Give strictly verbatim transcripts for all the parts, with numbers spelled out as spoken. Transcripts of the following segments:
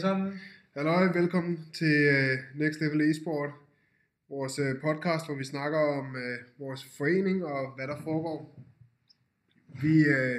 sammen. Hallo, velkommen til uh, Next Level Esport, vores uh, podcast, hvor vi snakker om uh, vores forening og hvad der foregår. Vi, uh,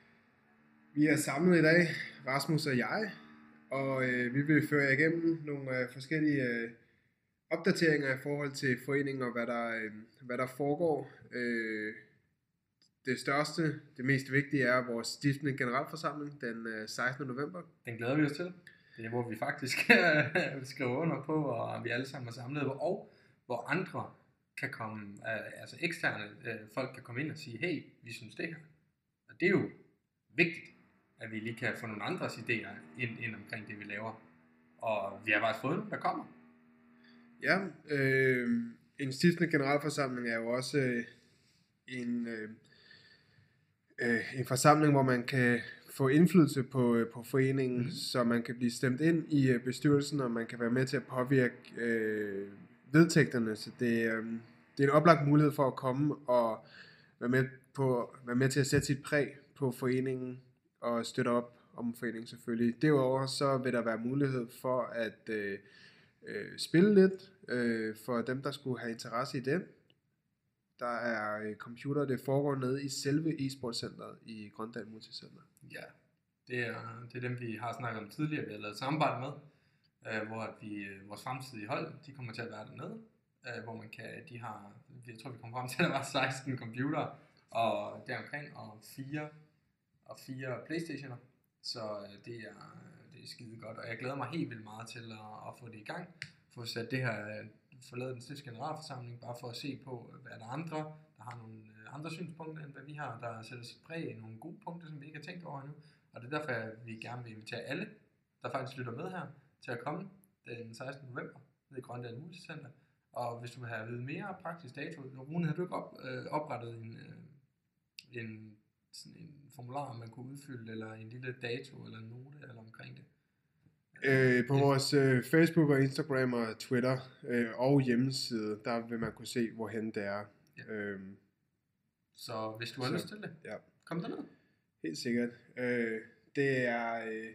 vi er samlet i dag, Rasmus og jeg, og uh, vi vil føre jer igennem nogle uh, forskellige uh, opdateringer i forhold til foreningen og hvad der, uh, hvad der foregår. Uh, det største, det mest vigtige er vores stiftende generalforsamling den uh, sekstende november. Den glæder vi os til. Det er, hvor vi faktisk skriver under på, og vi alle sammen er samlet, og hvor andre kan komme, altså eksterne folk kan komme ind og sige, hey, vi synes det her. Og det er jo vigtigt, at vi lige kan få nogle andres idéer ind, ind omkring det, vi laver. Og vi har faktisk fået dem, der kommer. Ja, øh, en stiftende generalforsamling er jo også øh, en, øh, øh, en forsamling, hvor man kan få indflydelse på, på foreningen, mm. så man kan blive stemt ind i bestyrelsen, og man kan være med til at påvirke øh, vedtægterne. Så det, øh, det er en oplagt mulighed for at komme og være med, på, være med til at sætte sit præg på foreningen og støtte op om foreningen selvfølgelig. Derudover så vil der være mulighed for at øh, øh, spille lidt øh, for dem, der skulle have interesse i det. Der er øh, computer, det foregår nede i selve e-sportcenteret i Grøndal Multicenter. Ja, det er, det er dem, vi har snakket om tidligere, vi har lavet samarbejde med, øh, hvor at vi, vores fremtidige hold, de kommer til at være dernede, øh, hvor man kan, de har, jeg tror vi kommer frem til, at der var seksten computer og deromkring, og fire, og fire Playstationer, så øh, det, er, det er skide godt, og jeg glæder mig helt vildt meget til at, at få det i gang, få sat det her, få lavet den sidste generalforsamling, bare for at se på, hvad der er andre, der har nogle andre synspunkter, end hvad vi har, der sætter sit præg i nogle gode punkter, som vi ikke har tænkt over endnu. Og det er derfor, at vi gerne vil invitere alle, der faktisk lytter med her, til at komme den sekstende november ned i Grøndal Multicenter. Og hvis du vil have at vide mere praktisk dato, Rune, har du ikke op, øh, oprettet en, øh, en, sådan en formular, man kunne udfylde, eller en lille dato, eller en note, eller omkring det? Øh, på vores øh, Facebook og Instagram og Twitter øh, og hjemmeside, der vil man kunne se, hvorhen det er. Ja. Øhm, Så hvis du har så, lyst til det, ja. kom derned. Helt sikkert. Øh, det er... Øh,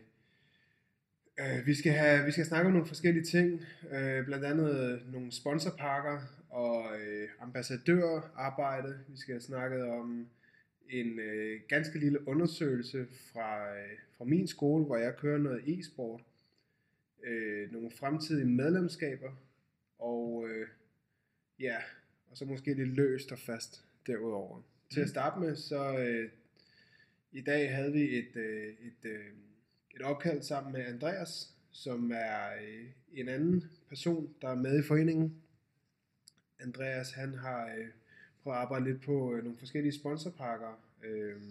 øh, vi, skal have, vi skal snakke om nogle forskellige ting, øh, blandt andet nogle sponsorpakker og øh, ambassadørarbejde. Vi skal have snakket om en øh, ganske lille undersøgelse fra, øh, fra min skole, hvor jeg kører noget e-sport. Øh, nogle fremtidige medlemskaber, og øh, ja, og så måske lidt løst og fast derudover. Mm. Til at starte med, så øh, i dag havde vi et, øh, et, øh, et opkald sammen med Andreas, som er øh, en anden person, der er med i foreningen. Andreas, han har øh, prøvet at arbejde lidt på øh, nogle forskellige sponsorpakker. Øh,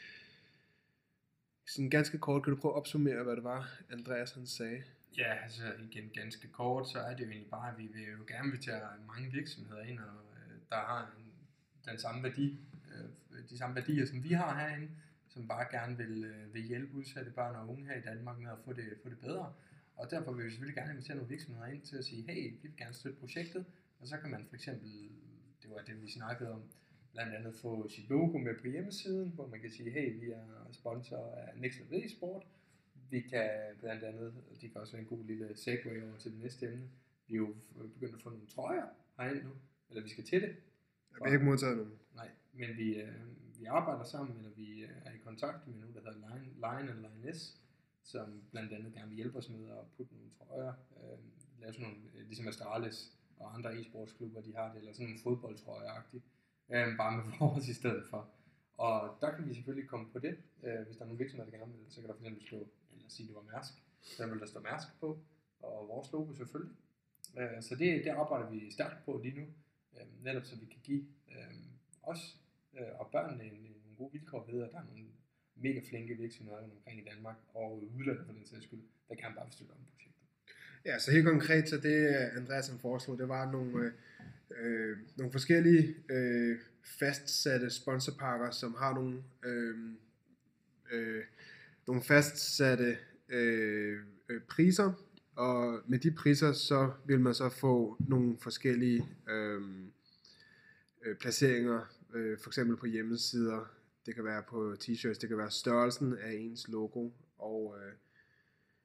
sådan ganske kort, kan du prøve at opsummere, hvad det var, Andreas han sagde? Ja, altså igen ganske kort, så er det jo egentlig bare, at vi vil jo gerne invitere mange virksomheder ind, og øh, der har en, den samme værdi, øh, de samme værdier, som vi har herinde, som bare gerne vil, øh, vil hjælpe udsatte børn og unge her i Danmark med at få det, få det bedre. Og derfor vil vi selvfølgelig gerne invitere nogle virksomheder ind til at sige, hey, vi vil gerne støtte projektet, og så kan man for eksempel, det var det vi snakkede om, blandt andet få sit logo med på hjemmesiden, hvor man kan sige, hey, vi er sponsor af Next Level Esport. Vi kan blandt andet, det kan også være en god lille segue over til det næste emne, vi er jo begyndt at få nogle trøjer herinde nu, eller vi skal til det. Jeg har ikke modtaget nogen. Nej, men vi, øh, vi arbejder sammen, eller vi er i kontakt med nogen, der hedder Line, Line eller Line S, som blandt andet gerne vil hjælpe os med at putte nogle trøjer, øh, lave sådan nogle, ligesom Astralis og andre e-sportsklubber, de har det, eller sådan nogle fodboldtrøjer-agtigt, øh, bare med vores i stedet for. Og der kan vi selvfølgelig komme på det, øh, hvis der er nogle virksomheder, der gerne vil, så kan der for eksempel stå, eller sige, det var Mærsk, så vil der stå Mærsk på, og vores logo selvfølgelig. Øh, så det, det arbejder vi stærkt på lige nu, øh, netop så vi kan give øh, os øh, og børnene en, en, nogle gode vilkår ved, at der er nogle mega flinke virksomheder omkring i Danmark, og udlandet for den sags skyld, der gerne bare vil støtte om projektet. Ja, så helt konkret, så det Andreas han foreslog, det var nogle, øh, øh, nogle forskellige øh, fastsatte sponsorpakker, som har nogle, øh, øh, nogle fastsatte øh, øh, priser, og med de priser, så vil man så få nogle forskellige øh, øh, placeringer, øh, for eksempel på hjemmesider, det kan være på t-shirts, det kan være størrelsen af ens logo, og øh,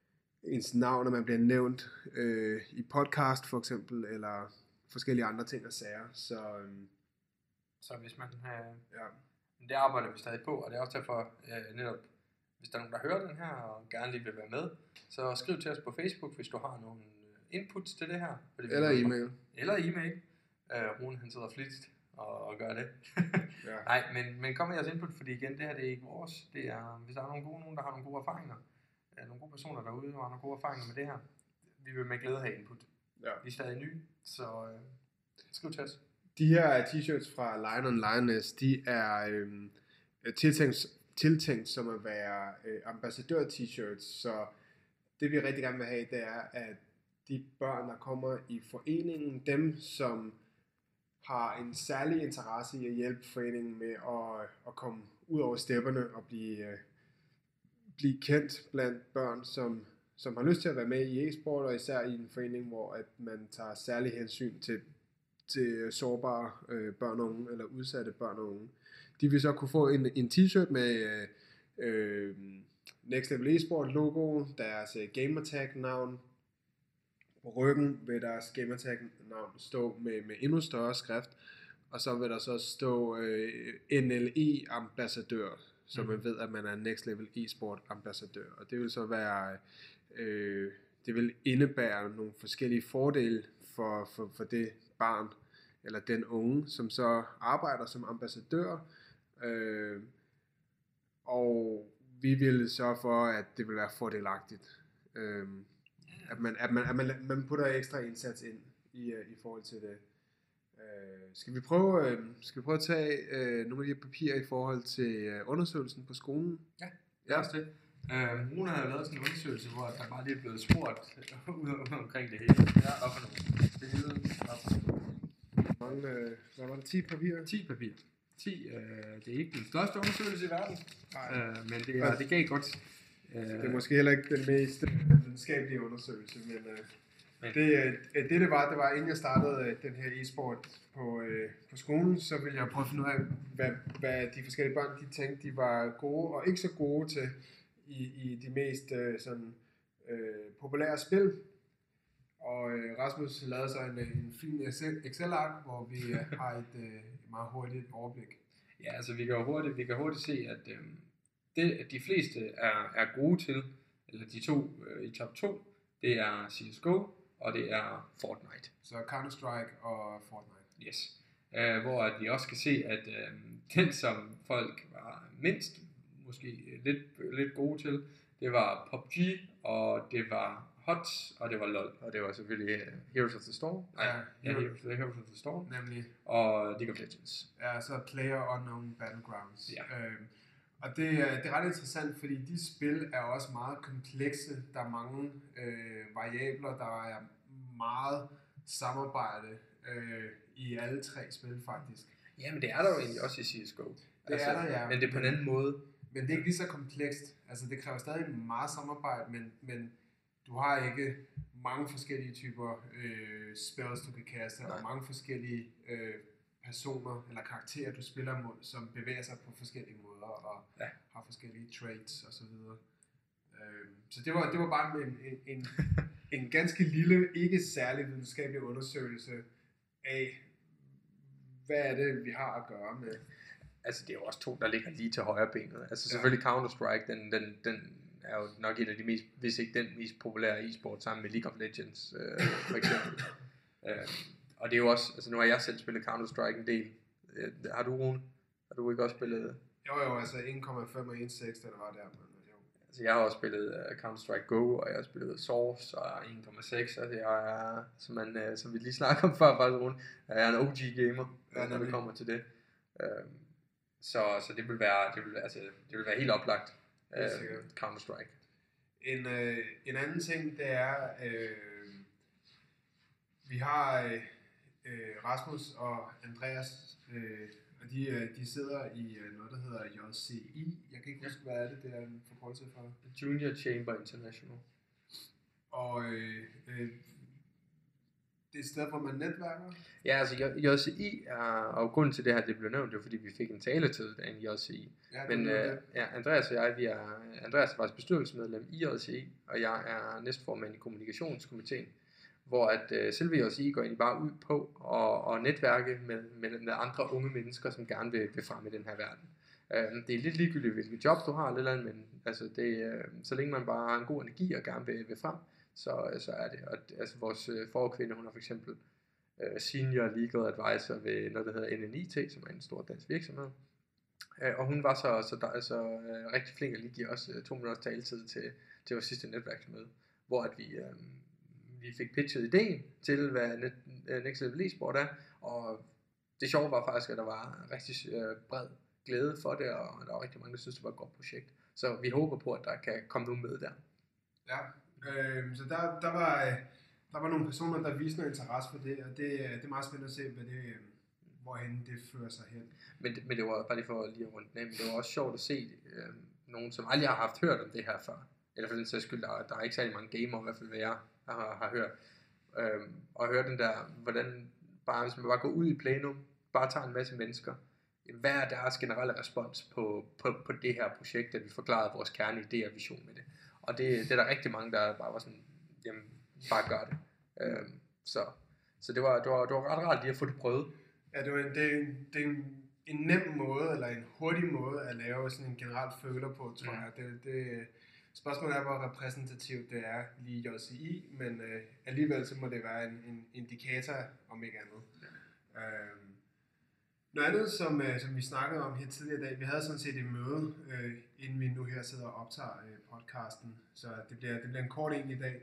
ens navn, når man bliver nævnt øh, i podcast for eksempel, eller forskellige andre ting og sager. Så, øhm, Så hvis man... Øh, ja. Det arbejder vi stadig på, og det er også derfor øh, netop, hvis der er nogen, der hører den her, og gerne lige vil være med, så skriv til os på Facebook, hvis du har nogle inputs til det her. Eller e-mail. Eller e-mail. Øh, Rune, han sidder flittigt og, og gør det. Ja. Nej, men, men kom med jeres input, fordi igen, det her det er ikke vores. Det er, hvis der er nogle gode, nogen, der har nogle gode erfaringer, øh, nogle gode personer derude, der har nogle gode erfaringer med det her, vi vil med glæde have input. Ja. Vi er stadig nye, så øh, skriv til os. De her t-shirts fra Lion and Lioness, de er øh, tiltænkt, tiltænkt som at være øh, ambassadør t-shirts, så det vi rigtig gerne vil have, det er, at de børn, der kommer i foreningen, dem som har en særlig interesse i at hjælpe foreningen med at, at komme ud over stepperne og blive, øh, blive kendt blandt børn, som, som har lyst til at være med i e-sport, og især i en forening, hvor at man tager særlig hensyn til til sårbare øh, børn og unge, eller udsatte børn og unge. De vil så kunne få en, en t-shirt med øh, Next Level Esport logo, deres øh, Gamertag navn. På ryggen vil deres Gamertag navn stå med, med endnu større skrift, og så vil der så stå øh, N L E ambassadør, så mm. man ved, at man er Next Level Esport ambassadør. Og det vil så være, øh, det vil indebære nogle forskellige fordele for, for, for det barn, eller den unge, som så arbejder som ambassadør, øh, og vi vil sørge for, at det vil være fordelagtigt, øh, at, man, at, man, at man, man putter ekstra indsats ind i, i forhold til det. Øh, skal vi prøve, øh, skal vi prøve at tage øh, nogle af de papirer i forhold til øh, undersøgelsen på skolen? Ja, det er også det. Øh, Rune har lavet sådan en undersøgelse, hvor der bare lige er blevet spurgt ud omkring det hele. Ja, op for nogle billeder, op for nogle mange, øh, hvad var det, ti papirer? ti papirer. ti, øh, det er ikke den største undersøgelse i verden, øh, men det, er, det gav godt. Øh, det er måske heller ikke den mest videnskabelige undersøgelse, men, øh, men. Det, øh, det det var, det var inden jeg startede øh, den her e-sport på, øh, på skolen, så ville jeg prøve at finde ud af, hvad, hvad de forskellige børn, de tænkte, de var gode og ikke så gode til i, i de mest øh, sådan, øh, populære spil. Og øh, Rasmus lavede så en, en fin Excel-ark, hvor vi øh, har et øh, meget hurtigt overblik. Ja, altså vi kan jo hurtigt, vi kan hurtigt se, at øh, det, at de fleste er, er gode til, eller de to øh, i top to, det er C S G O, og det er Fortnite. Så Counter-Strike og Fortnite. Yes. Øh, hvor at vi også kan se, at øh, den, som folk var mindst, måske lidt, lidt gode til, det var P U B G, og det var H O T S, og det var LOL, og det var selvfølgelig uh, Heroes of the Storm. Nej, ja, ja Heroes, Heroes of the Storm. Nemlig. Og League of Legends. Ja, så Player Unknown Battlegrounds. Ja. Øhm, og det, det er ret interessant, fordi de spil er også meget komplekse. Der er mange øh, variabler, der er meget samarbejde øh, i alle tre spil faktisk. Ja, men det er der jo egentlig også i C S G O. Det altså, er der, ja. Men det er på en anden måde. Men det er ikke lige så komplekst. Altså det kræver stadig meget samarbejde, men, men du har ikke mange forskellige typer øh, spells, du kan kaste, og mange forskellige øh, personer eller karakterer, du spiller mod, som bevæger sig på forskellige måder og ja. har forskellige traits og så videre. Øh, så det var, det var bare en, en, en, en ganske lille, ikke særlig videnskabelig undersøgelse af, hvad er det, vi har at gøre med. Altså det er jo også to, der ligger lige til højre benet. Altså selvfølgelig ja. Counter-Strike, den, den, den er jo nok en af de mest, hvis ikke den mest populære e-sport, sammen med League of Legends, øh, for eksempel. øh, og det er jo også, altså nu har jeg selv spillet Counter-Strike en del. Øh, har du, Rune? Har du ikke også spillet? Jo jo, altså en komma fem og en komma seks, der var der. Men, jo. Altså jeg har også spillet uh, Counter-Strike Go, og jeg har spillet Source og en komma seks, altså jeg er, som, man, uh, som vi lige snakkede om før, faktisk, Rune, jeg er en O G gamer, ja, når vi kommer til det. Øh, så, så det vil være, det vil, altså, det vil være helt oplagt. Uh, Counter-Strike. En, øh, en anden ting, det er, øh, vi har øh, Rasmus og Andreas, øh, og de, øh, de sidder i øh, noget, der hedder J C I. Jeg kan ikke huske, hvad er det, det er en forkortelse for. Junior Chamber International. Og øh, øh, det er et sted, hvor man netværker? Ja, altså J C I er, og grunden til det her, det blev nævnt, det var fordi vi fik en taletid af en J C I. Ja, Men øh, ja, Andreas og jeg, vi er, Andreas er faktisk bestyrelsesmedlem i J C I, og jeg er næstformand i kommunikationskomiteen, hvor at øh, selve J C I går egentlig bare ud på at, at netværke med, med, med andre unge mennesker, som gerne vil, vil frem i den her verden. Øh, det er lidt ligegyldigt, hvilket job du har, eller andet, men altså det, øh, så længe man bare har en god energi og gerne vil, vil frem, så, så er det. Og, altså vores øh, forkvinde, hun er for eksempel øh, senior legal advisor ved noget, der hedder N N I T, som er en stor dansk virksomhed. Øh, og hun var så, så, der, altså, øh, rigtig flink at lige give os øh, to minutters taletid til, til vores sidste netværksmøde, hvor at vi, øh, vi fik pitchet ideen til, hvad net, Next Level e-sport er, og det sjove var faktisk, at der var rigtig øh, bred glæde for det, og der var rigtig mange, der synes, det var et godt projekt. Så vi håber på, at der kan komme nogen med der. Ja, øh, så der, der, var, der var nogle personer, der viste noget interesse for det, og det, det er meget spændende at se, hvad det, hvorhen det fører sig hen. Men, men det var bare lige for lige at runde den af, men det var også sjovt at se øh, nogen, som aldrig har haft hørt om det her før. Eller for den sags skyld, der, der er ikke særlig mange gamer, i hvert fald hvad jeg har, har hørt. Øh, og høre den der, hvordan bare, hvis man bare går ud i plenum, bare tager en masse mennesker, hvad er deres generelle respons på, på, på det her projekt, at vi forklarede vores kerneidé og vision med det. Og det, det er der rigtig mange, der bare var sådan, jamen, bare gør det. Øh, så så det, var, det, var, det var ret rart lige at få det prøvet. Ja, det, var en, det, er en, det er en, en nem måde, eller en hurtig måde at lave sådan en generel føler på, tror jeg. Det, det, spørgsmålet er, hvor repræsentativt det er lige i J C I, men øh, alligevel så må det være en, en indikator, om ikke andet. Ja. Øh, noget andet, som, øh, som vi snakkede om her tidligere i dag, vi havde sådan set et møde, øh, inden vi nu her sidder og optager øh, podcasten, så det bliver, det bliver en kort en i dag.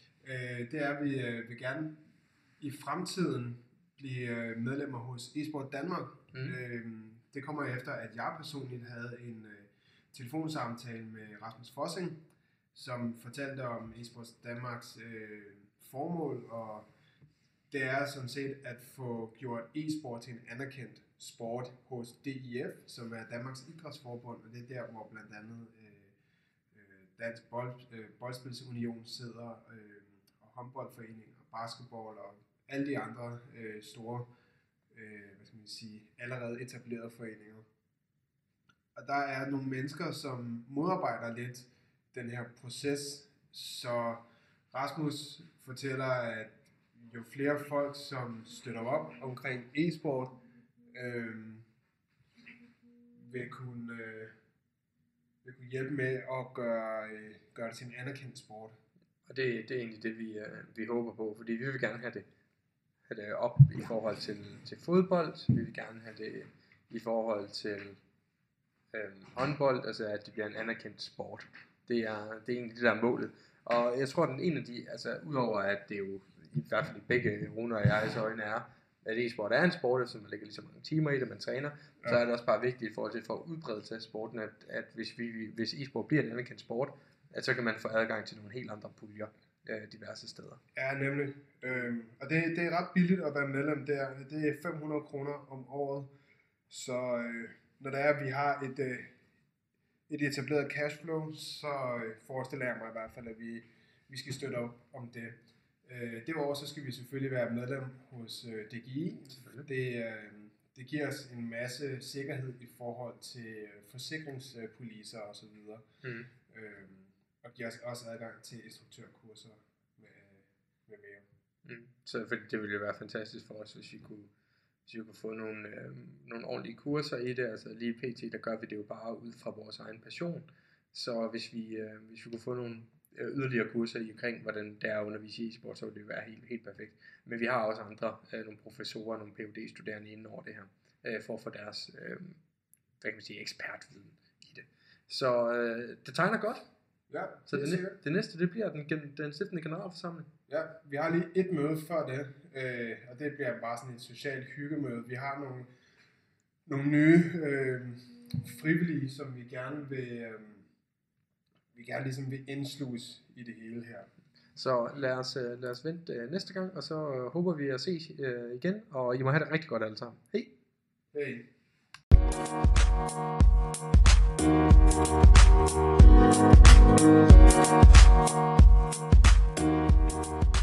Øh, det er, at vi øh, vil gerne i fremtiden blive øh, medlemmer hos eSport Danmark. Mm. Øh, det kommer efter, at jeg personligt havde en øh, telefonsamtale med Rasmus Fossing, som fortalte om eSport Danmarks øh, formål, og det er sådan set at få gjort e-sport til en anerkendt sport hos D I F, som er Danmarks Idrætsforbund, og det er der, hvor blandt andet øh, Dansk Bold, øh, Boldspilsunion sidder, øh, og håndboldforeninger, basketball og alle de andre øh, store, øh, hvad skal man sige, allerede etablerede foreninger. Og der er nogle mennesker, som modarbejder lidt den her proces, så Rasmus fortæller, at jo flere folk, som støtter op omkring e-sport, øh, vil, kunne, øh, vil kunne hjælpe med at gøre, øh, gøre det til en anerkendt sport. Og det, det er egentlig det, vi, øh, vi håber på, fordi vi vil gerne have det, have det op i forhold til, til fodbold, vi vil gerne have det i forhold til øh, håndbold, altså at det bliver en anerkendt sport. Det er, det er egentlig det, der er målet. Og jeg tror, at den en af de, altså udover at det jo i hvert fald i begge Rune og jegs øjne er, at e-sport er en sport, som man lægger lige så mange timer i det, man træner, ja. Så er det også bare vigtigt i forhold til for udbredelse af sporten, at, at hvis, vi, hvis e-sport bliver en anerkendt sport, at så kan man få adgang til nogle helt andre puljer øh, diverse steder. Ja, nemlig. Øhm, og det, det er ret billigt at være medlem der. Det er fem hundrede kroner om året. Så øh, når det er, at vi har et, øh, et etableret cashflow, så øh, forestiller jeg mig i hvert fald, at vi, vi skal støtte op om det. Øh, Derudover så skal vi selvfølgelig være medlem hos øh, D G I. Det, øh, det giver os en masse sikkerhed i forhold til øh, forsikringspolicer og så videre. Mm. Øh, og giver os også adgang til instruktørkurser med, med mere. Mm. Så fordi det ville jo være fantastisk for os, hvis vi kunne, hvis vi kunne få nogle, øh, nogle ordentlige kurser i det. Altså lige pt, der gør vi det jo bare ud fra vores egen passion. Så hvis vi, øh, hvis vi kunne få nogle yderligere kurser i omkring, hvordan det er at undervise i e-sport, så ville det være helt, helt perfekt. Men vi har også andre, øh, nogle professorer, nogle P H D-studerende inden over det her, øh, for at få deres, øh, hvad kan man sige, ekspertviden i det. Så øh, det tegner godt. Ja, så det, det, det næste, det bliver den, den stiftende generalforsamling. Ja, vi har lige et møde før det, øh, og det bliver bare sådan et socialt hyggemøde. Vi har nogle, nogle nye øh, frivillige, som vi gerne vil, øh, vi gerne ligesom vil indsluse i det hele her. Så lad os, lad os vente øh, næste gang, og så øh, håber vi at ses øh, igen, og I må have det rigtig godt alle sammen. Hej! Hej! Thank you.